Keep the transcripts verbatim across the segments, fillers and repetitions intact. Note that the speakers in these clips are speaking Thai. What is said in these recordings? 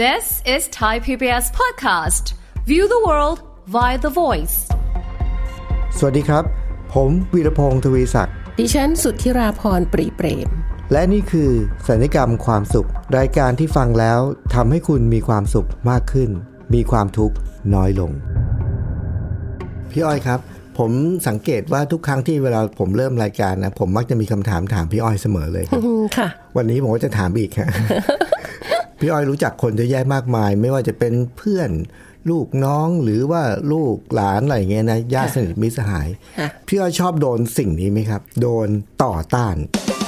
This is Thai พี บี เอส podcast. View the world via the voice. สวัสดีครับผมวีรพงษ์ทวีศักดิ์ดิฉันสุทธิราพรปรีเปรมและนี่คือสัญญกรรมความสุขรายการที่ฟังแล้วทำให้คุณมีความสุขมากขึ้นมีความทุกข์น้อยลงพี่อ้อยครับผมสังเกตว่าทุกครั้งที่เวลาผมเริ่มรายการนะผมมักจะมีคำถามถามพี่อ้อยเสมอเลยครับค่ะวันนี้ผมก็จะถามอีกครับ พี่อ้อยรู้จักคนเยอะแยะมากมายไม่ว่าจะเป็นเพื่อนลูกน้องหรือว่าลูกหลานอะไรอย่างเงี้ยนะญาติสนิทมิตรสหายพี่อ้อยชอบโดนสิ่งนี้ไหมครับโดนต่อต้าน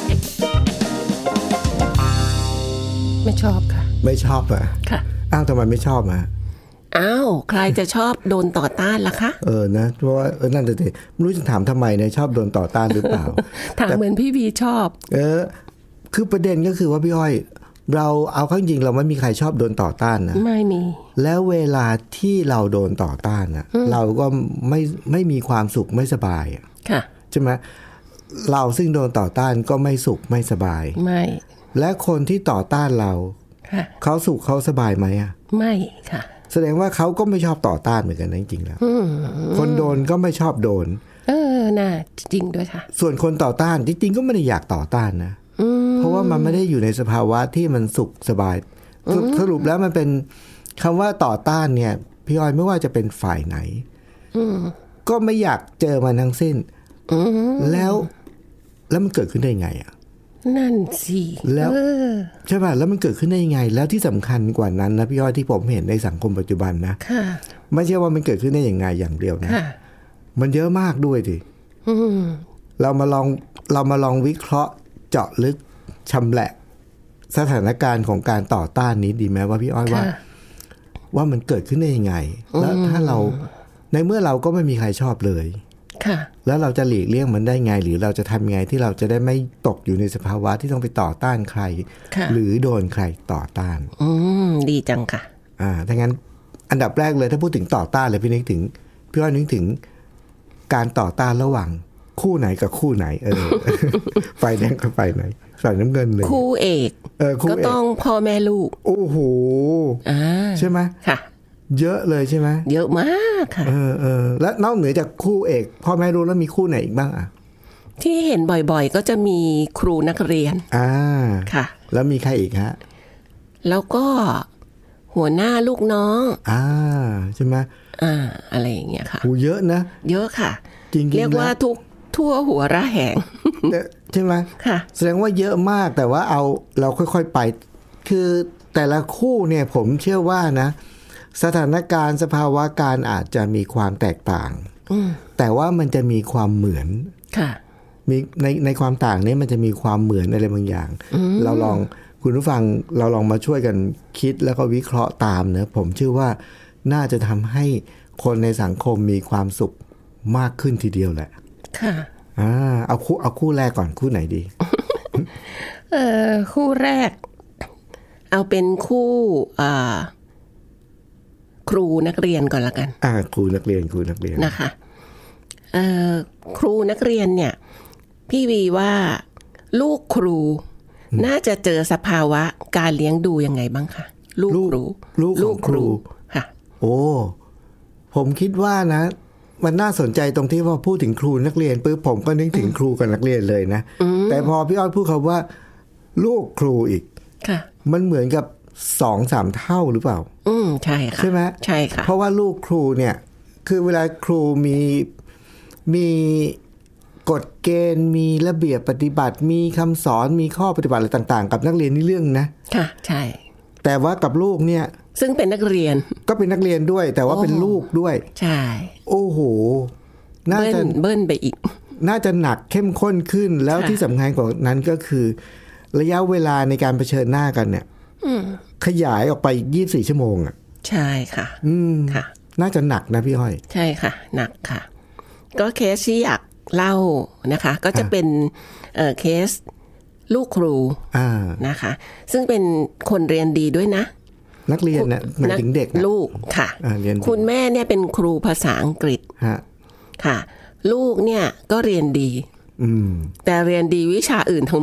ไม่ชอบค่ะไม่ชอบอ่ะค่ะอ้าวทำไมไม่ชอบอ่ะอ้าวใครจะชอบโดนต่อต้านล่ะคะเออนะเพราะว่าเออนั่นจะไม่รู้จะถามทำไมเนี่ยชอบโดนต่อต้านหรือเปล่าถามเหมือนพี่บีชอบเออคือประเด็นก็คือว่าพี่อ้อยเราเอาเข้าจริงเราไม่มีใครชอบโดนต่อต้านนะไม่มีแล้วเวลาที่เราโดนต่อต้านนะเราก็ไม่ไม่มีความสุขไม่สบายค่ะใช่ไหมเราซึ่งโดนต่อต้านก็ไม่สุขไม่สบายไม่และคนที่ต่อต้านเราเขาสุขเขาสบายไหมอ่ะไม่ค่ะแสดงว่าเขาก็ไม่ชอบต่อต้านเหมือนกันนะจริงๆแล้วคนโดนก็ไม่ชอบโดนเออน่ะจริงด้วยค่ะส่วนคนต่อต้านจริงๆก็ไม่ได้อยากต่อต้านนะเพราะว่ามันไม่ได้อยู่ในสภาวะที่มันสุขสบายสรุปแล้วมันเป็นคำว่าต่อต้านเนี่ยพี่อ้อยไม่ว่าจะเป็นฝ่ายไหนก็ไม่อยากเจอมันทั้งสิ้นแล้วแล้วมันเกิดขึ้นได้ยังไงอ่ะนั่นสิแล้วใช่ป่ะแล้วมันเกิดขึ้นได้ยังไงแล้วที่สำคัญกว่านั้นนะพี่อ้อยที่ผมเห็นในสังคมปัจจุบันนะไม่ใช่ว่ามันเกิดขึ้นได้ยังไงอย่างเดียวนะมันเยอะมากด้วยดิเรามาลองเรามาลองวิเคราะห์เจาะลึกชำแหละสถานการณ์ของการต่อต้านนี้ดีไหมว่าพี่อ้อยว่าว่ามันเกิดขึ้นได้ยังไงแล้วถ้าเราในเมื่อเราก็ไม่มีใครชอบเลยแล้วเราจะหลีกเลี่ยงมันได้ไงหรือเราจะทำยังไงที่เราจะได้ไม่ตกอยู่ในสภาวะที่ต้องไปต่อต้านใครหรือโดนใครต่อต้านอืมดีจังค่ะอ่าถ้างั้นอันดับแรกเลยถ้าพูดถึงต่อต้านเลยพี่นึกถึงพี่อ้อยนึกถึงการต่อต้านระหว่างคู่ไหนกับคู่ไหนเออ ไฟแดงกับไฟไหนฝ่ายน้ำเงินเลยคู่เอกเออคู่เอกก็ต้องพ่อแม่ลูกโอ้โหอ่าใช่ไหมค่ะเยอะเลยใช่ไหมเยอะมากค่ะเออเออแล้วนอกเหนือจากคู่เอกพ่อแม่ลูกแล้วมีคู่ไหนอีกบ้างอ่ะที่เห็นบ่อยๆก็จะมีครูนักเรียนอ่าค่ะแล้วมีใครอีกฮะแล้วก็หัวหน้าลูกน้องอ่าใช่ไหมอ่าอะไรอย่างเงี้ยค่ะโหเยอะนะเยอะค่ะจริงๆเรียกว่าทุกทั่วหัวระแหงใช่ไหมค่ะแสดงว่าเยอะมากแต่ว่าเอาเราค่อยๆไปคือแต่ละคู่เนี่ยผมเชื่อว่านะสถานการณ์สภาวะการอาจจะมีความแตกต่างแต่ว่ามันจะมีความเหมือนค่ะมีในในความต่างนี้มันจะมีความเหมือนอะไรบางอย่างเราลองคุณผู้ฟังเราลองมาช่วยกันคิดแล้วก็วิเคราะห์ตามนะผมเชื่อว่าน่าจะทำให้คนในสังคมมีความสุขมากขึ้นทีเดียวแหละค่ะอ่าเอาคู่เอาคู่แรกก่อนคู่ไหนดีเอ่อคู่แรกเอาเป็นคู่อ่าครูนักเรียนก่อนละกันอ่าครูนักเรียนครูนักเรียนนะคะเอ่อครูนักเรียนเนี่ยพี่วีว่าลูกครูน่าจะเจอสภาวะการเลี้ยงดูยังไงบ้างคะลูกครูลูกของครูค่ะโอ้ผมคิดว่านะมันน่าสนใจตรงที่พอพูดถึงครูนักเรียนปุ๊บผมก็นึกถึงครูกับนักเรียนเลยนะแต่พอพี่อ้อยพูดคำว่าลูกครูอีกค่ะมันเหมือนกับสองสามเท่าหรือเปล่าอืมใช่ค่ะใช่ไหมใช่ค่ะเพราะว่าลูกครูเนี่ยคือเวลาครูมีมีกฎเกณฑ์มีระเบียบปฏิบัติมีคำสอนมีข้อปฏิบัติอะไรต่างๆกับนักเรียนนี่เรื่องนะค่ะใช่แต่ว่ากับลูกเนี่ยซึ่งเป็นนักเรียนก็เป็นนักเรียนด้วยแต่ว่าเป็นลูกด้วยใช่โอ้โหน่าจะเบิ้ลไปอีกน่าจะหนักเข้มข้นขึ้นแล้วที่สำคัญกว่านั้นก็คือระยะเวลาในการเผชิญหน้ากันเนี่ยขยายออกไปยี่สิบสี่ชั่วโมงอ่ะใช่ค่ะอืมค่ะน่าจะหนักนะพี่อ้อยใช่ค่ะหนักค่ะก็เคสที่อยากเล่านะคะก็จะเป็นเอ่อเคสลูกครูนะคะซึ่งเป็นคนเรียนดีด้วยนะนักเรียนเนี่ยหมายถึงเด็กลูกค่ะคุณแม่เนี่ยเป็นครูภาษาอังกฤษค่ะลูกเนี่ยก็เรียนดีแต่เรียนดีวิชาอื่นทั้งหมด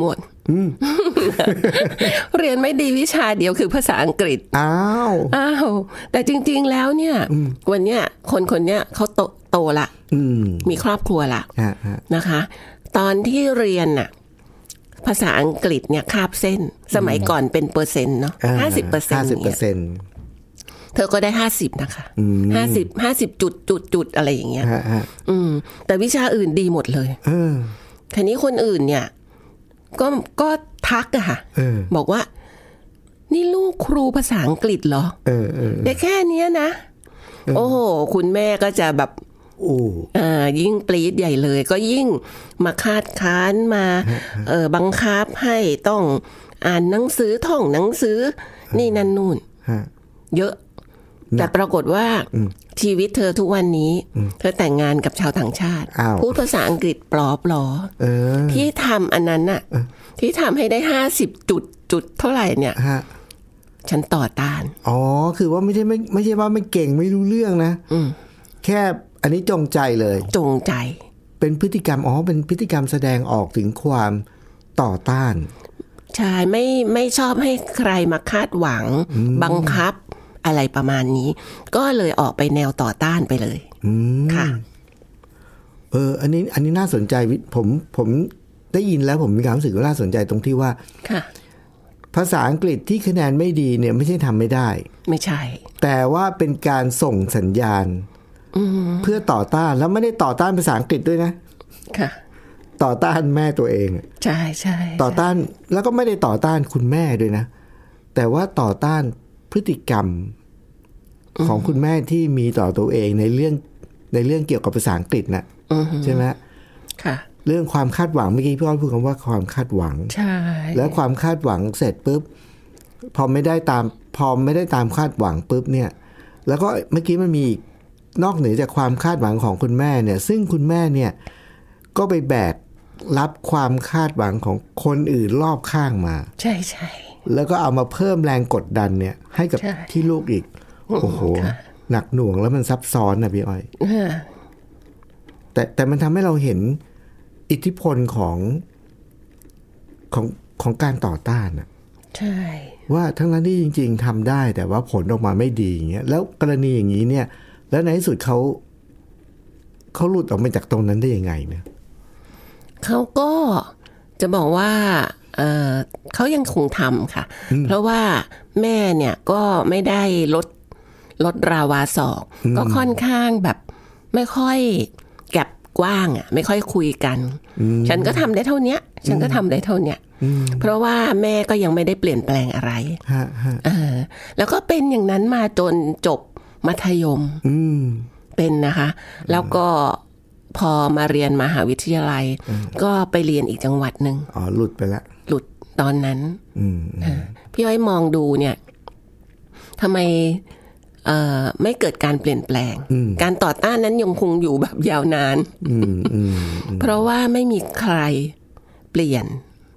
เรียนไม่ดีวิชาเดียวคือภาษาอังกฤษอ้าวอ้าวแต่จริงๆแล้วเนี่ยวันเนี้ยคนคนเนี้ยเขาโตโตละมีครอบครัวละนะคะตอนที่เรียนน่ะภาษาอังกฤษเนี่ยคาบเส้นสมัยก่อนเป็นเปอร์เซ็นต์เนาะห้าสิบเปอร์เซ็นต์เนี่ยเธอก็ได้ห้าสิบนะคะห้าสิบห้าสิบจุดจุดจุดอะไรอย่างเงี้ยอืมแต่วิชาอื่นดีหมดเลยทีนี้คนอื่นเนี่ยก็ก็ทักอะค่ะบอกว่านี่ลูกครูภาษาอังกฤษเหรอแต่แค่เนี้ยนะโอ้โหคุณแม่ก็จะแบบอ่ายิ่งปรี๊ดใหญ่เลยก็ยิ่งมาคาดค้านมาเออบังคับให้ต้องอ่านหนังสือท่องหนังสือนี่นั่นนู่นเยอะแต่ปรากฏว่าชีวิตเธอทุกวันนี้เธอแต่งงานกับชาวต่างชาติพูดภาษาอังกฤษปลอปลอที่ทำอันนั้นน่ะที่ทำให้ได้ห้าสิบจุดจุดเท่าไหร่เนี่ยฉันต่อต้านอ๋อคือว่าไม่ใช่ไม่ไม่ใช่ว่าไม่เก่งไม่รู้เรื่องนะแค่อันนี้จงใจเลยจงใจเป็นพฤติกรรมอ๋อเป็นพฤติกรรมแสดงออกถึงความต่อต้านใช่ไม่ไม่ชอบให้ใครมาคาดหวังบังคับอะไรประมาณนี้ก็เลยออกไปแนวต่อต้านไปเลยค่ะเอออันนี้อันนี้น่าสนใจผมผมได้ยินแล้วผมมีความรู้สึกว่าน่าสนใจตรงที่ว่าค่ะภาษาอังกฤษที่คะแนนไม่ดีเนี่ยไม่ใช่ทำไม่ได้ไม่ใช่แต่ว่าเป็นการส่งสัญญาณเพื่อต่อต้านแล้วไม่ได้ต่อต้านภาษาอังกฤษด้วยนะค่ะต่อต้านแม่ตัวเองใช่ใช่ต่อต้านแล้วก็ไม่ได้ต่อต้านคุณแม่ด้วยนะแต่ว่าต่อต้านพฤติกรรมของคุณแม่ที่มีต่อตัวเองในเรื่องในเรื่องเกี่ยวกับภาษาอังกฤษนะใช่ไหมค่ะเรื่องความคาดหวังเมื่อกี้พี่อ้อยพูดคำว่าความคาดหวังใช่แล้วความคาดหวังเสร็จปุ๊บพอไม่ได้ตามพอไม่ได้ตามคาดหวังปุ๊บเนี่ยแล้วก็เมื่อกี้มันมีนอกเหนือจากความคาดหวังของคุณแม่เนี่ยซึ่งคุณแม่เนี่ยก็ไปแบกรับความคาดหวังของคนอื่นรอบข้างมาใช่ใช่แล้วก็เอามาเพิ่มแรงกดดันเนี่ยให้กับที่ลูกอีกโอ้โหหนักหน่วงแล้วมันซับซ้อนนะพี่อ้อยแต่แต่มันทำให้เราเห็นอิทธิพลของของของการต่อต้านอ่ะใช่ว่าทั้งนั้นที่จริงๆทำได้แต่ว่าผลออกมาไม่ดีอย่างเงี้ยแล้วกรณีอย่างนี้เนี่ยแล้วในที่สุดเขาเขาหลุดออกมาจากตรงนั้นได้ยังไงเนี่ยเขาก็จะบอกว่าเออเขายังคงทำค่ะเพราะว่าแม่เนี่ยก็ไม่ได้ลดลดราวาศอกก็ค่อนข้างแบบไม่ค่อยแก็บกว้างอ่ะไม่ค่อยคุยกันฉันก็ทำได้เท่านี้ฉันก็ทำได้เท่านี้เพราะว่าแม่ก็ยังไม่ได้เปลี่ยนแปลงอะไรเออแล้วก็เป็นอย่างนั้นมาจนจบมัธยมเป็นนะคะแล้วก็พอมาเรียนมหาวิทยาลัยก็ไปเรียนอีกจังหวัดหนึ่งอ๋อหลุดไปละหลุดตอนนั้นพี่อ้อยมองดูเนี่ยทำไมไม่เกิดการเปลี่ยนแปลงการต่อต้านนั้นยังคงอยู่แบบยาวนานเพราะว่าไม่มีใครเปลี่ยน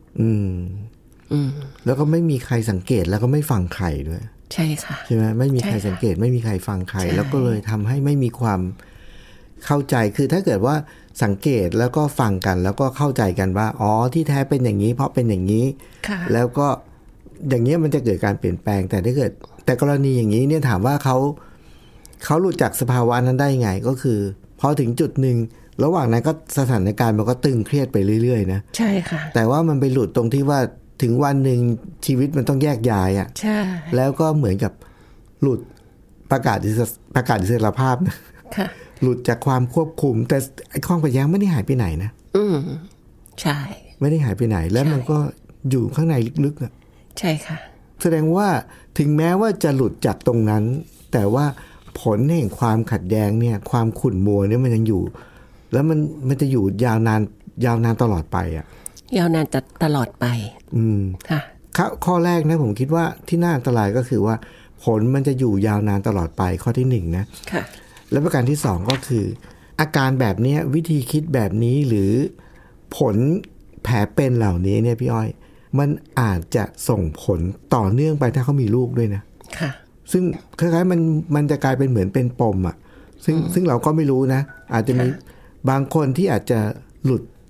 แล้วก็ไม่มีใครสังเกตแล้วก็ไม่ฟังใครด้วยใช่ค่ะใช่ไหมไม่มีใครสังเกตไม่มีใครฟังใครแล้วก็เลยทำให้ไม่มีความเข้าใจคือถ้าเกิดว่าสังเกตแล้วก็ฟังกันแล้วก็เข้าใจกันว่าอ๋อที่แท้เป็นอย่างนี้เพราะเป็นอย่างนี้แล้วก็อย่างนี้มันจะเกิดการเปลี่ยนแปลงแต่ถ้าเกิดแต่กรณีอย่างนี้เนี่ยถามว่าเขาเขาหลุดจากสภาวะนั้นได้ไงก็คือพอถึงจุดหนึ่งระหว่างนั้นก็สถานการณ์มันก็ตึงเครียดไปเรื่อยๆนะใช่ค่ะแต่ว่ามันไปหลุดตรงที่ว่าถึงวันหนึ่งชีวิตมันต้องแยกย้ายอ่ะใช่แล้วก็เหมือนกับหลุดประกาศประกาศอิสรภาพนะค่ะหลุดจากความควบคุมแต่ไอ้ข้องขัดแย้งไม่ได้หายไปไหนนะอืมใช่ไม่ได้หายไปไหนแล้วมันก็อยู่ข้างในลึกๆอ่ะใช่ค่ะแสดงว่าถึงแม้ว่าจะหลุดจากตรงนั้นแต่ว่าผลแห่งความขัดแย้งเนี่ยความขุ่นมัวเนี่ยมันยังอยู่แล้วมันมันจะอยู่ยาวนานยาวนานตลอดไปอ่ะยาวนานจะตลอดไปอืมค่ะข้อแรกนะผมคิดว่าที่น่าอันตรายก็คือว่าผลมันจะอยู่ยาวนานตลอดไปข้อที่หนึ่งนะค่ะและประการที่สองก็คืออาการแบบนี้วิธีคิดแบบนี้หรือผลแผลเป็นเหล่านี้เนี่ยพี่อ้อยมันอาจจะส่งผลต่อเนื่องไปถ้าเขามีลูกด้วยนะค่ะซึ่งคล้ายๆมันมันจะกลายเป็นเหมือนเป็นปมอ่ะซึ่งซึ่งเราก็ไม่รู้นะอาจจะมีบางคนที่อาจจะหลุด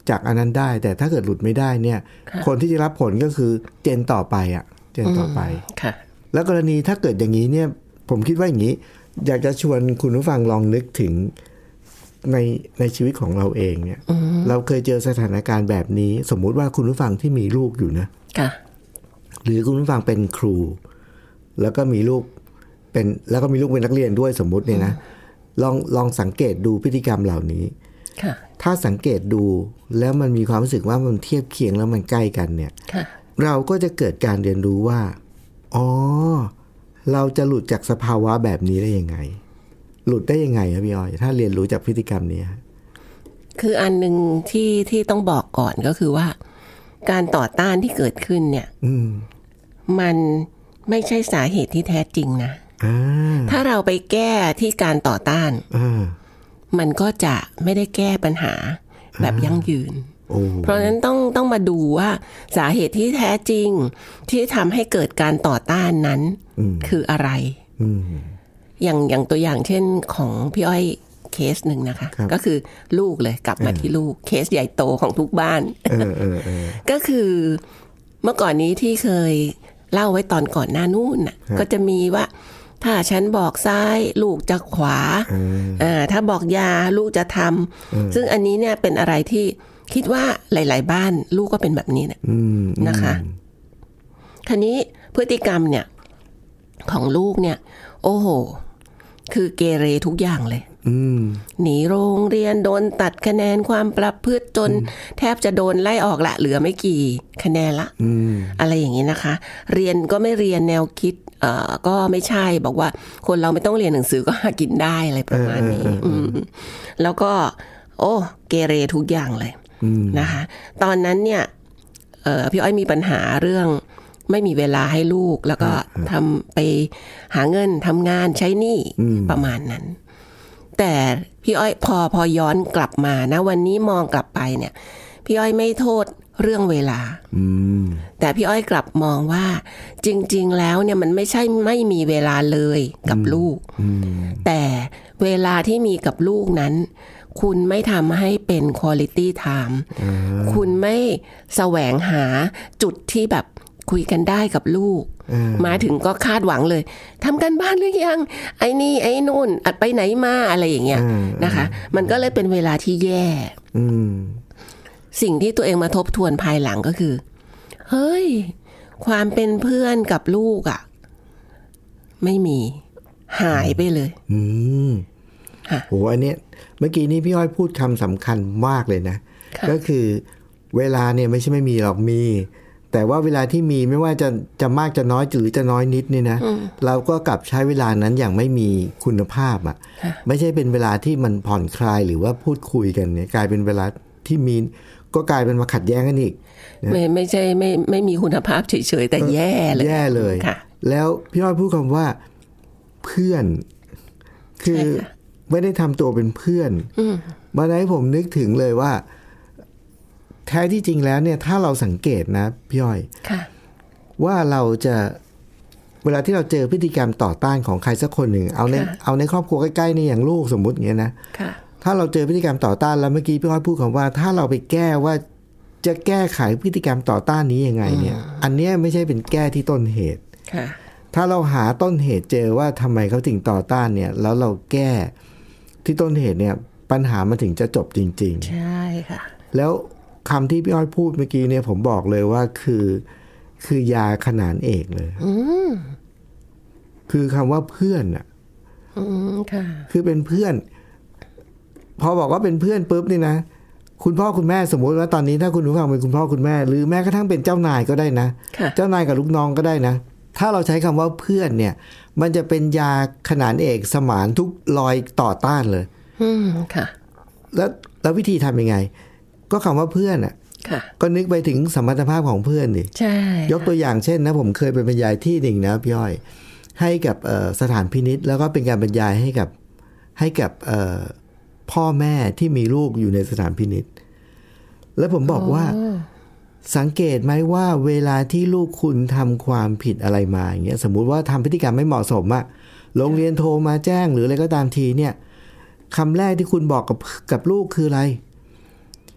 จากอันนั้นได้แต่ถ้าเกิดหลุดไม่ได้เนี่ยคนที่จะรับผลก็คือเจนต่อไปอ่ะเจนต่อไปแล้วกรณีถ้าเกิดอย่างนี้เนี่ยผมคิดว่าอย่างนี้อยากจะชวนคุณผู้ฟังลองนึกถึงในในชีวิตของเราเองเนี่ยเราเคยเจอสถานการณ์แบบนี้สมมุติว่าคุณผู้ฟังที่มีลูกอยู่นะหรือคุณผู้ฟังเป็นครูแล้วก็มีลูกเป็นแล้วก็มีลูกเป็นนักเรียนด้วยสมมุติเนี่ยนะลองลองสังเกตดูพฤติกรรมเหล่านี้ถ้าสังเกตดูแล้วมันมีความรู้สึกว่ามันเทียบเคียงแล้วมันใกล้กันเนี่ยเราก็จะเกิดการเรียนรู้ว่าอ๋อเราจะหลุดจากสภาวะแบบนี้ได้ยังไงหลุดได้ยังไงครับพี่อ้อยถ้าเรียนรู้จากพฤติกรรมนี้คืออันนึงที่ที่ต้องบอกก่อนก็คือว่าการต่อต้านที่เกิดขึ้นเนี่ยมมันไม่ใช่สาเหตุที่แท้จริงนะถ้าเราไปแก้ที่การต่อต้านมันก็จะไม่ได้แก้ปัญหาแบบยั่งยืนเพราะฉะนั้นต้องต้องมาดูว่าสาเหตุที่แท้จริงที่ทำให้เกิดการต่อต้านนั้นคืออะไรอย่างอย่างตัวอย่างเช่นของพี่อ้อยเคสหนึ่งนะคะก็คือลูกเลยกลับมาที่ลูกเคสใหญ่โตของทุกบ้านก็คือเมื่อก่อนนี้ที่เคยเล่าไว้ตอนก่อนหน้านู่นน่ะก็จะมีว่าถ้าฉันบอกซ้ายลูกจะขวาอ่าถ้าบอกยาลูกจะทำซึ่งอันนี้เนี่ยเป็นอะไรที่คิดว่าหลายๆบ้านลูกก็เป็นแบบนี้เนี่ยนะคะทีนี้พฤติกรรมเนี่ยของลูกเนี่ยโอ้โหคือเกเรทุกอย่างเลยหนีโรงเรียนโดนตัดคะแนนความประพฤติจนแทบจะโดนไล่ออกละเหลือไม่กี่คะแนนละอะไรอย่างนี้นะคะเรียนก็ไม่เรียนแนวคิดเอ่อก็ไม่ใช่บอกว่าคนเราไม่ต้องเรียนหนังสือก็หากินได้อะไรประมาณนี้แล้วก็โอ้เกเรทุกอย่างเลยนะคะตอนนั้นเนี่ยเอ่อพี่อ้อยมีปัญหาเรื่องไม่มีเวลาให้ลูกแล้วก็ทำไปหาเงินทำงานใช้หนี้ประมาณนั้นแต่พี่อ้อยพอพอย้อนกลับมานะวันนี้มองกลับไปเนี่ยพี่อ้อยไม่โทษเรื่องเวลาแต่พี่อ้อยกลับมองว่าจริงๆแล้วเนี่ยมันไม่ใช่ไม่มีเวลาเลยกับลูกแต่เวลาที่มีกับลูกนั้นคุณไม่ทำให้เป็น quality time คุณไม่แสวงหาจุดที่แบบคุยกันได้กับลูกมาถึงก็คาดหวังเลยทำกันบ้านหรือยังไอ้นี่ไอ้นู่นอัดไปไหนมาอะไรอย่างเงี้ยนะคะมันก็เลยเป็นเวลาที่แย่สิ่งที่ตัวเองมาทบทวนภายหลังก็คือเฮ้ยความเป็นเพื่อนกับลูกอ่ะไม่มีหายไปเลยอืมโหอันเนี้ยเมื่อกี้นี้พี่อ้อยพูดคำสำคัญมากเลยนะก็คือเวลาเนี่ยไม่ใช่ไม่มีหรอกมีแต่ว่าเวลาที่มีไม่ว่าจะจะมากจะน้อยหรือจะน้อยนิดนี่นะเราก็กลับใช้เวลานั้นอย่างไม่มีคุณภาพอ่ะไม่ใช่เป็นเวลาที่มันผ่อนคลายหรือว่าพูดคุยกันเนี่ยกลายเป็นเวลาที่มีก็กลายเป็นมาขัดแย้งกันอีกไม่ไม่ใช่ไม่ไม่มีคุณภาพเฉยๆแต่แย่เลยแย่เลยแล้วพี่อ้อยพูดคำว่าเพื่อนคือไม่ได้ทำตัวเป็นเพื่อนมาให้ผมนึกถึงเลยว่าแท้ที่จริงแล้วเนี่ยถ้าเราสังเกตนะพี่อ้อยว่าเราจะเวลาที่เราเจอพฤติกรรมต่อต้านของใครสักคนหนึ่งเอาในเอาในครอบครัวใกล้ๆนี่อย่างลูกสมมุติอย่างเงี้ยนะถ้าเราเจอพฤติกรรมต่อต้านแล้วเมื่อกี้พี่อ้อยพูดคำว่าถ้าเราไปแก้ว่าจะแก้ไขพฤติกรรมต่อต้านนี้ยังไงเนี่ยอันเนี้ยไม่ใช่เป็นแก้ที่ต้นเหตุถ้าเราหาต้นเหตุเจอว่าทำไมเขาถึงต่อต้านเนี่ยแล้วเราแก้ที่ต้นเหตุเนี่ยปัญหามันถึงจะจบจริงๆใช่ค่ะแล้วคำที่พี่อ้อยพูดเมื่อกี้เนี่ยผมบอกเลยว่าคือคือยาขนานเอกเลยคือคำว่าเพื่อนอ่ะคือเป็นเพื่อนพอบอกว่าเป็นเพื่อนปุ๊บนี่นะคุณพ่อคุณแม่สมมติว่าตอนนี้ถ้าคุณผู้ฟังเป็นคุณพ่อคุณแม่หรือแม้กระทั่งเป็นเจ้านายก็ได้นะเจ้านายกับลูกน้องก็ได้นะถ้าเราใช้คำว่าเพื่อนเนี่ยมันจะเป็นยาขนานเอกสมานทุกรอยต่อต้านเลยแล้วแล้ววิธีทำยังไงก็คำว่าเพื่อนอ่ะก็นึกไปถึงสมรรถภาพของเพื่อนดิยกตัวอย่างเช่นนะผมเคยไปบรรยายที่หนึ่งนะพี่อ้อยให้กับสถานพินิจแล้วก็เป็นการบรรยายให้กับให้กับพ่อแม่ที่มีลูกอยู่ในสถานพินิจแล้วผมบอกว่าสังเกตไหมว่าเวลาที่ลูกคุณทำความผิดอะไรมาอย่างเงี้ยสมมุติว่าทำพฤติกรรมไม่เหมาะสมอะโรงเรียนโทรมาแจ้งหรืออะไรก็ตามทีเนี่ยคำแรกที่คุณบอกกับกับลูกคืออะไร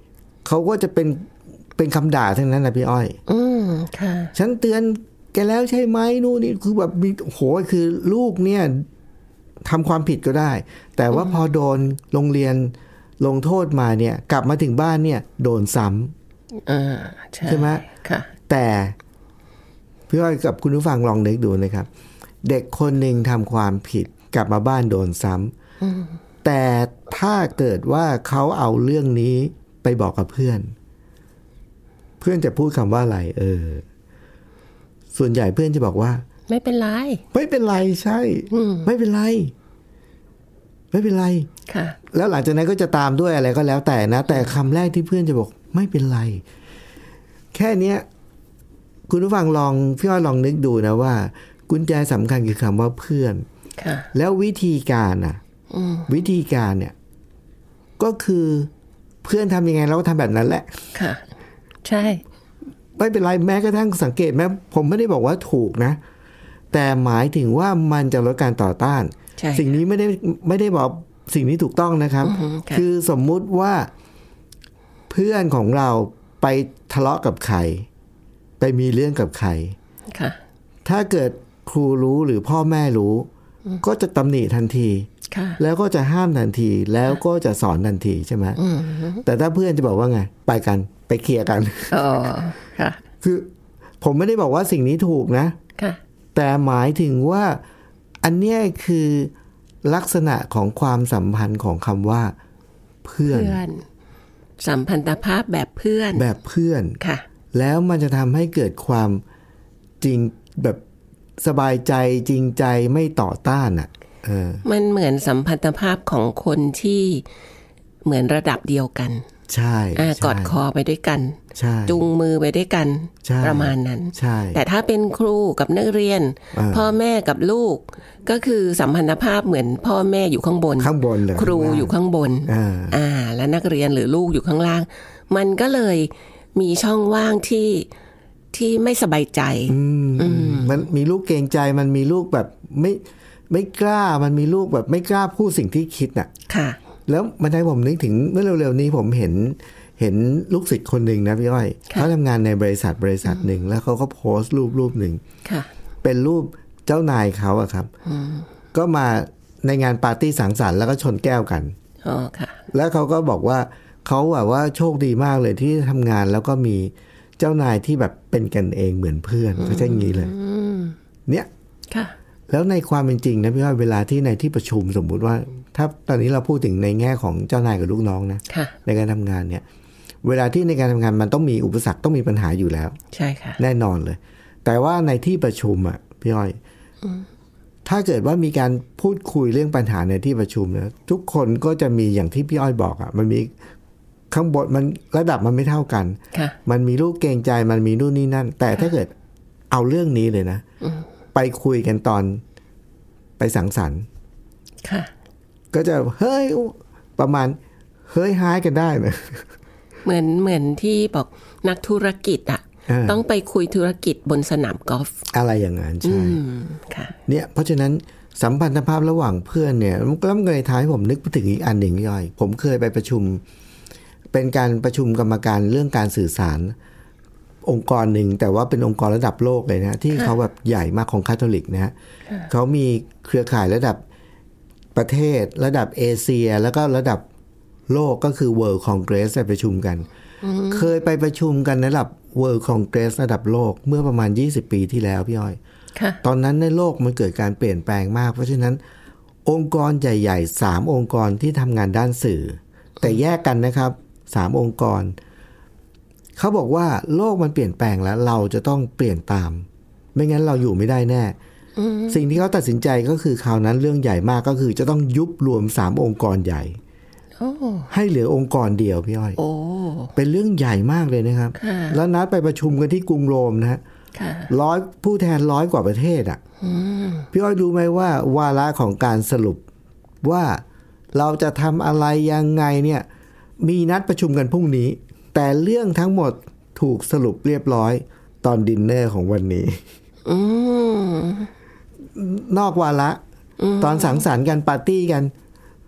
เขาก็จะเป็นเป็นคำด่าทั้งนั้นนะพี่อ้อยอืมค่ะฉันเตือนแกแล้วใช่ไหมนู่นนี่คือแบบมีโหคือลูกเนี่ยทำความผิดก็ได้แต่ว่าพอโดนโรงเรียนลงโทษมาเนี่ยกลับมาถึงบ้านเนี่ยโดนซ้ำอ่าใช่ใช่ไหมค่ะแต่พี่อ้อยกับคุณผู้ฟังลองนึกดูนะครับเด็กคนหนึ่งทำความผิดกลับมาบ้านโดนซ้ำแต่ถ้าเกิดว่าเขาเอาเรื่องนี้ไปบอกกับเพื่อนเพื่อนจะพูดคำว่าอะไรเออส่วนใหญ่เพื่อนจะบอกว่าไม่เป็นไรไม่เป็นไรใช่ไม่เป็นไรไม่เป็นไรค่ะแล้วหลังจากนั้นก็จะตามด้วยอะไรก็แล้วแต่นะแต่คำแรกที่เพื่อนจะบอกไม่เป็นไรแค่เนี้ยคุณผู้ฟังลองพี่อ้อยลองนึกดูนะว่ากุญแจสำคัญคือคำว่าเพื่อนแล้ววิธีการอ่ะวิธีการเนี่ยก็คือเพื่อนทำยังไงเราก็ทำแบบนั้นแหละค่ะใช่ไม่เป็นไรแม้กระทั่งสังเกตแม้ผมไม่ได้บอกว่าถูกนะแต่หมายถึงว่ามันจะลดการต่อต้านสิ่งนี้ไม่ได้ไม่ได้บอกสิ่งนี้ถูกต้องนะครับ คือสมมุติว่าเพื่อนของเราไปทะเลาะกับใครไปมีเรื่องกับใครถ้าเกิดครูรู้หรือพ่อแม่รู้ก็จะตำหนิทันทีแล้วก็จะห้ามทันทีแล้วก็จะสอนทันทีใช่ไหมแต่ถ้าเพื่อนจะบอกว่าไงไปกันไปเคลียร์กันอ๋อค่ะคือผมไม่ได้บอกว่าสิ่งนี้ถูกนะแต่หมายถึงว่าอันเนี้ยคือลักษณะของความสัมพันธ์ของคำว่าเพื่อนสัมพันธภาพแบบเพื่อนแบบเพื่อนค่ะแล้วมันจะทำให้เกิดความจริงแบบสบายใจจริงใจไม่ต่อต้านอ่ะเออมันเหมือนสัมพันธภาพของคนที่เหมือนระดับเดียวกันใช่กอดคอไปด้วยกันจูงมือไปด้วยกันประมาณนั้นแต่ถ้าเป็นครูกับนักเรียนพ่อแม่กับลูกก็คือสัมพันธภาพเหมือนพ่อแม่อยู่ข้างบนข้างบนครูอยู่ข้างบนอ่าและนักเรียนหรือลูกอยู่ข้างล่างมันก็เลยมีช่องว่างที่ที่ไม่สบายใจมันมีลูกเกรงใจมันมีลูกแบบไม่ไม่กล้ามันมีลูกแบบไม่กล้าพูดสิ่งที่คิดน่ะค่ะแล้วมันให้ผมนึกถึงเมื่อเร็วๆนี้ผมเห็นเห็นลูกศิษย์คนหนึ่งนะพี่อ้อยเขาทำงานในบริษัทบริษัทหนึ่งแล้วเขาก็โพสต์รูปรูปหนึ่งเป็นรูปเจ้านายเขาอะครับก็มาในงานปาร์ตี้สังสรรค์แล้วก็ชนแก้วกันอ๋อค่ะแล้วเขาก็บอกว่าเขาแบบว่าโชคดีมากเลยที่ทำงานแล้วก็มีเจ้านายที่แบบเป็นกันเองเหมือนเพื่อนเขาใช่อย่างนี้เลยเนี่ยค่ะแล้วในความเป็นจริงนะพี่อ้อยเวลาที่ในที่ประชุมสมมุติว่าถ้าตอนนี้เราพูดถึงในแง่ของเจ้านายกับลูกน้องนะในการทำงานเนี่ยเวลาที่ในการทำงานมันต้องมีอุปสรรคต้องมีปัญหาอยู่แล้วใช่ค่ะแน่นอนเลยแต่ว่าในที่ประชุมอ่ะพี่อ้อยถ้าเกิดว่ามีการพูดคุยเรื่องปัญหาในที่ประชุมนะทุกคนก็จะมีอย่างที่พี่อ้อยบอกอ่ะมันมีข้างบนมันระดับมันไม่เท่ากันมันมีลูกเกรงใจมันมีนู่นนี่นั่นแต่ถ้าเกิดเอาเรื่องนี้เลยนะไปคุยกันตอนไปสังสรรค์ก็จะเฮ้ยประมาณเฮ้ยฮายกันได้นะเหมือนเหมือนที่บอกนักธุรกิจอ่ะต้องไปคุยธุรกิจบนสนามกอล์ฟอะไรอย่างนั้นใช่เนี่ยเพราะฉะนั้นสัมพันธภาพระหว่างเพื่อนเนี่ยมันก็เลยท้ายผมนึกถึงอีกอันหนึ่งย่อยผมเคยไปประชุมเป็นการประชุมกรรมการเรื่องการสื่อสารองค์กรหนึ่งแต่ว่าเป็นองค์กรระดับโลกเลยนะที่เขาแบบใหญ่มากของคาทอลิกนะฮะเขามีเครือข่ายระดับประเทศระดับเอเชียแล้วก็ระดับโลกก็คือ World Congress ไปประชุมกันเคยไปประชุมกันระดับ World Congress ระดับโลกเมื่อประมาณยี่สิบปีที่แล้วพี่อ้อยตอนนั้นในโลกมันเกิดการเปลี่ยนแปลงมากเพราะฉะนั้นองค์กรใหญ่ๆสามองค์กรที่ทำงานด้านสื่อแต่แยกกันนะครับสามองค์กรเขาบอกว่าโลกมันเปลี่ยนแปลงแล้วเราจะต้องเปลี่ยนตามไม่งั้นเราอยู่ไม่ได้แน่สิ่งที่เขาตัดสินใจก็คือคราวนั้นเรื่องใหญ่มากก็คือจะต้องยุบรวมสามองค์กรใหญ่ให้เหลือองค์กรเดียวพี่อ้อยเป็นเรื่องใหญ่มากเลยนะครับแล้วนัดไปประชุมกันที่กรุงโรมนะฮะร้อยผู้แทนร้อยกว่าประเทศอ่ะพี่อ้อยรู้ไหมว่าวาระของการสรุปว่าเราจะทำอะไรยังไงเนี่ยมีนัดประชุมกันพรุ่งนี้แต่เรื่องทั้งหมดถูกสรุปเรียบร้อยตอนดินเนอร์ของวันนี้นอกวาระตอนสังสรรค์กันปาร์ตี้กัน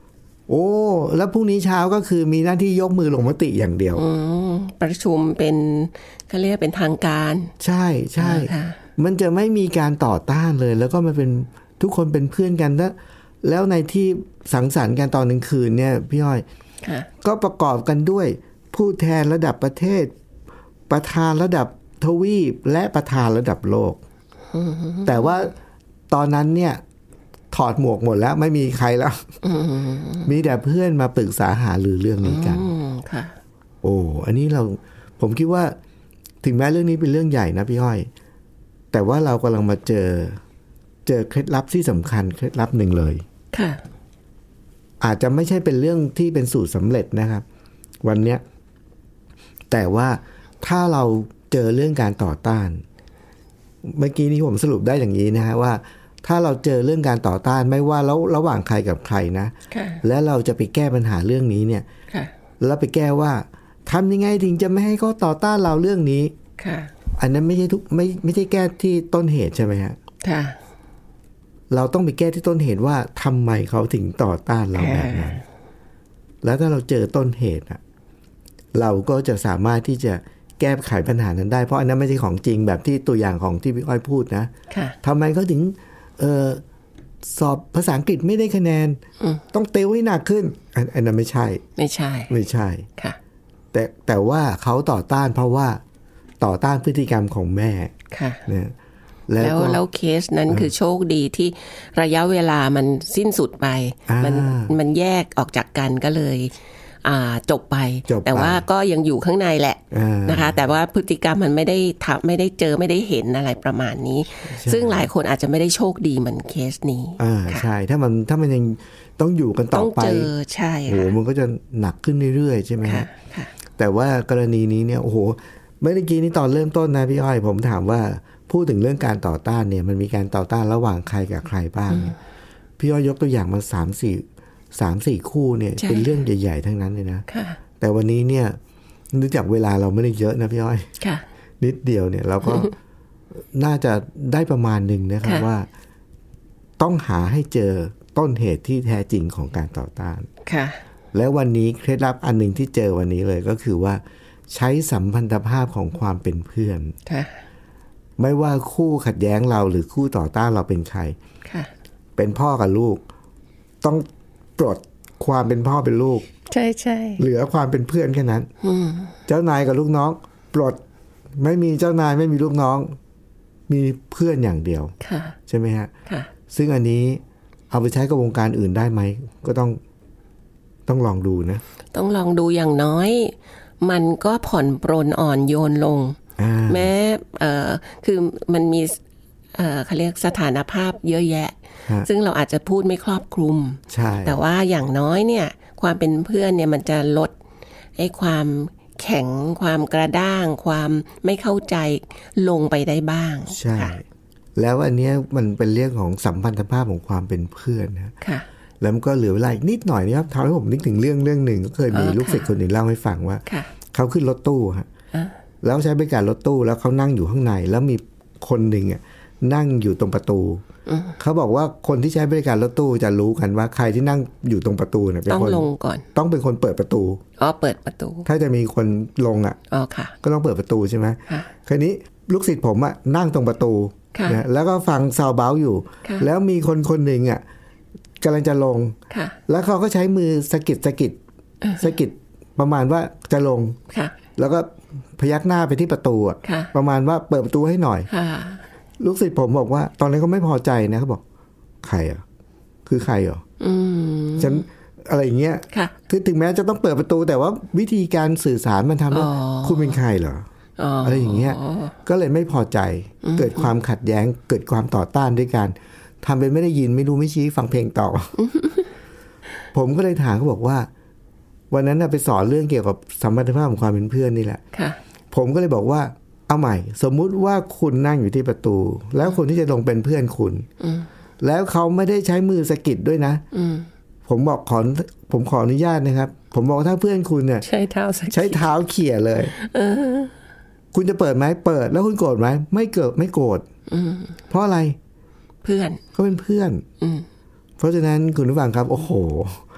โอ้แล้วพรุ่งนี้เช้าก็คือมีหน้าที่ยกมือลงมติอย่างเดียวประชุมเป็นเขาเรียกเป็นทางการใช่ใช่มันจะไม่มีการต่อต้านเลยแล้วก็มันเป็นทุกคนเป็นเพื่อนกันแล้วแล้วในที่สังสรรค์กันตอนกลางคืนเนี่ยพี่อ้อยก็ประกอบกันด้วยผู้แทนระดับประเทศประธานระดับทวีปและประธานระดับโลกแต่ว่าตอนนั้นเนี่ยถอดหมวกหมดแล้วไม่มีใครแล้วมีแต่เพื่อนมาปรึกษาหารือเรื่องนี้กันโอ้อันนี้เราผมคิดว่าถึงแม้เรื่องนี้เป็นเรื่องใหญ่นะพี่อ้อยแต่ว่าเรากำลังมาเจอเจอเคล็ดลับที่สำคัญเคล็ดลับหนึ่งเลยค่ะอาจจะไม่ใช่เป็นเรื่องที่เป็นสูตรสำเร็จนะครับวันเนี้ยแต่ว่าถ้าเราเจอเรื่องการต่อต้านเมื่อกี้นี้ผมสรุปได้อย่างนี้นะฮะว่าถ้าเราเจอเรื่องการต่อต้านไม่ว่าแล้วระหว่างใครกับใครนะแล้วเราจะไปแก้ปัญหาเรื่องนี้เนี่ยแล้วไปแก้ว่าทำยังไงถึงจะไม่ให้เขาต่อต้านเราเรื่องนี้อันนั้นไม่ใช่ทุกไม่ไม่ใช่แก้ที่ต้นเหตุใช่ไหมฮะเราต้องไปแก้ที่ต้นเหตุว่าทำไมเขาถึงต่อต้านเราแบบนั้นแล้วถ้าเราเจอต้นเหตุอะเราก็จะสามารถที่จะแก้ไขปัญหานั้นได้เพราะอันนั้นไม่ใช่ของจริงแบบที่ตัวอย่างของที่พี่อ้อยพูดนะทำไมเขาถึงเออสอบภาษาอังกฤษไม่ได้คะแนนต้องเตวให้หนักขึ้นอันนั้นไม่ใช่ไม่ใช่ไม่ใช่ค่ะแต่แต่ว่าเขาต่อต้านเพราะว่าต่อต้านพฤติกรรมของแม่ค่ะเนี่ยแล้วแล้วเคสนั้นคือโชคดีที่ระยะเวลามันสิ้นสุดไปมันมันแยกออกจากกันก็เลยจบไปแต่ว่าก็ยังอยู่ข้างในแหละนะคะแต่ว่าพฤติกรรมมันไม่ได้ทำไม่ได้เจอไม่ได้เห็นอะไรประมาณนี้ซึ่งหลายคนอาจจะไม่ได้โชคดีเหมือนเคสนี้อ่าใช่ถ้ามันถ้ามันยังต้องอยู่กันต่อไปต้องเจอใช่โอ้มันก็จะหนักขึ้นเรื่อยๆใช่ไหมฮะแต่ว่ากรณีนี้เนี่ยโอ้โหเมื่อกี้นี้ตอนเริ่มต้นนะพี่อ้อยผมถามว่าพูดถึงเรื่องการต่อต้านเนี่ยมันมีการต่อต้านระหว่างใครกับใครบ้างพี่อ้อยยกตัวอย่างมาสามสี่สามสี่คู่เนี่ยเป็นเรื่องใหญ่ๆทั้งนั้นเลยนะแต่วันนี้เนี่ยนึกจากเวลาเราไม่ได้เยอะนะพี่อ้อยนิดเดียวเนี่ยเราก็ น่าจะได้ประมาณหนึ่งนะครับว่าต้องหาให้เจอต้นเหตุที่แท้จริงของการต่อต้านแล้ววันนี้เคล็ดลับอันหนึ่งที่เจอวันนี้เลยก็คือว่าใช้สัมพันธภาพของความเป็นเพื่อนไม่ว่าคู่ขัดแย้งเราหรือคู่ต่อต้านเราเป็นใครเป็นพ่อกับลูกต้องปลดความเป็นพ่อเป็นลูกใช่ใช่เหลือความเป็นเพื่อนแค่นั้นเจ้านายกับลูกน้องปลดไม่มีเจ้านายไม่มีลูกน้องมีเพื่อนอย่างเดียวใช่ไหมฮะซึ่งอันนี้เอาไปใช้กับวงการอื่นได้ไหมก็ต้องต้องลองดูนะต้องลองดูอย่างน้อยมันก็ผ่อนปรนอ่อนโยนลงแม้เอ่อคือมันมีเอ่อเขาเรียกสถานภาพเยอะแยะซึ่งเราอาจจะพูดไม่ครอบคลุมแต่ว่าอย่างน้อยเนี่ยความเป็นเพื่อนเนี่ยมันจะลดไอ้ความแข็งความกระด้างความไม่เข้าใจลงไปได้บ้างใช่แล้วอันนี้มันเป็นเรื่องของสัมพันธภาพของความเป็นเพื่อนนะค่ะแล้วมันก็เหลือเวลาอีกนิดหน่อยนะครับทำให้ผมนึกถึงเรื่องเรื่องหนึ่งก็เคยมีลูกศิษย์คนหนึ่งเล่าให้ฟังว่าเขาขึ้นรถตู้ฮะแล้วใช้บริการรถตู้แล้วเขานั่งอยู่ข้างในแล้วมีคนหนึ่งอ่ะนั่งอยู่ตรงประตูเขาบอกว่าคนที่ใช้บริการรถตู้จะรู้กันว่าใครที่นั่งอยู่ตรงประตูเนี่ยเป็นคนต้องลงก่อนต้องเป็นคนเปิดประตูอ๋อเปิดประตูถ้าจะมีคนลงอ่ะอ๋อค่ะก็ต้องเปิดประตูใช่ไหมคราวนี้ลูกศิษย์ผมอ่ะนั่งตรงประตูนะแล้วก็ฟังซาวด์เบาอยู่แล้วมีคนคนหนึ่งอ่ะกำลังจะลงแล้วเขาก็ใช้มือสะกิดสะกิดสะกิดประมาณว่าจะลงแล้วก็พยักหน้าไปที่ประตูอ่ะประมาณว่าเปิดประตูให้หน่อยลูกศิษย์ผมบอกว่าตอนนี้เขาไม่พอใจนะเขาบอกใครอ่ะคือใครเหรอฉันอะไรอย่างเงี้ยคือถึงแม้จะต้องเปิดประตูแต่ว่าวิธีการสื่อสารมันทำให้คุณเป็นใครเหรออะไรอย่างเงี้ยก็เลยไม่พอใจเกิดความขัดแย้งเกิดความต่อต้านด้วยกันทำเป็นไม่ได้ยินไม่รู้ไม่ชี้ฟังเพลงต่อ ผมก็เลยถามเขาบอกว่าวันนั้นไปสอนเรื่องเกี่ยวกับสัมพันธภาพของความเป็นเพื่อนนี่แหละผมก็เลยบอกว่าเอาใหม่สมมุติว่าคุณนั่งอยู่ที่ประตูแล้วคนที่จะลงเป็นเพื่อนคุณแล้วเขาไม่ได้ใช้มือสะกิดด้วยนะผมบอกขอผมขออนุญาตนะครับผมบอกถ้าเพื่อนคุณเนี่ยใช้เท้าใช้เท้าเขี่ยเลยคุณจะเปิดไหมเปิดแล้วคุณโกรธไหมไม่เกิดไม่โกรธเพราะอะไรเพื่อนเขาเป็นเพื่อนเพราะฉะนั้นคุณผู้ฟังครับโอ้โห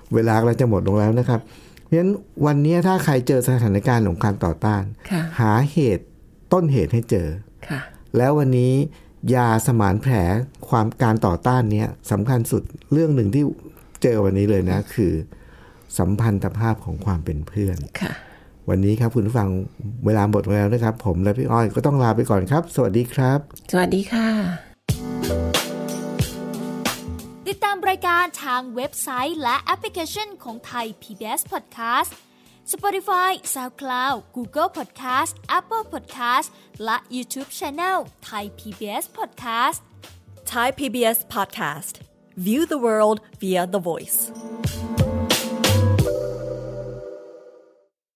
เวลาเราจะหมดลงแล้วนะครับเพราะฉะนั้นวันนี้ถ้าใครเจอสถานการณ์ของการต่อต้านหาเหตุต้นเหตุให้เจอแล้ววันนี้ยาสมานแผลความการต่อต้านนี้สำคัญสุดเรื่องหนึ่งที่เจอวันนี้เลยนะคือสัมพันธภาพของความเป็นเพื่อนวันนี้ครับคุณผู้ฟังเวลาหมดแล้วนะครับผมและพี่อ้อยก็ต้องลาไปก่อนครับสวัสดีครับสวัสดีค่ะติดตามรายการทางเว็บไซต์และแอปพลิเคชันของไทย พี บี เอส Podcast Spotify SoundCloud Google Podcast Apple Podcast และ YouTube Channel Thai พี บี เอส Podcast Thai พี บี เอส Podcast View the world via the voice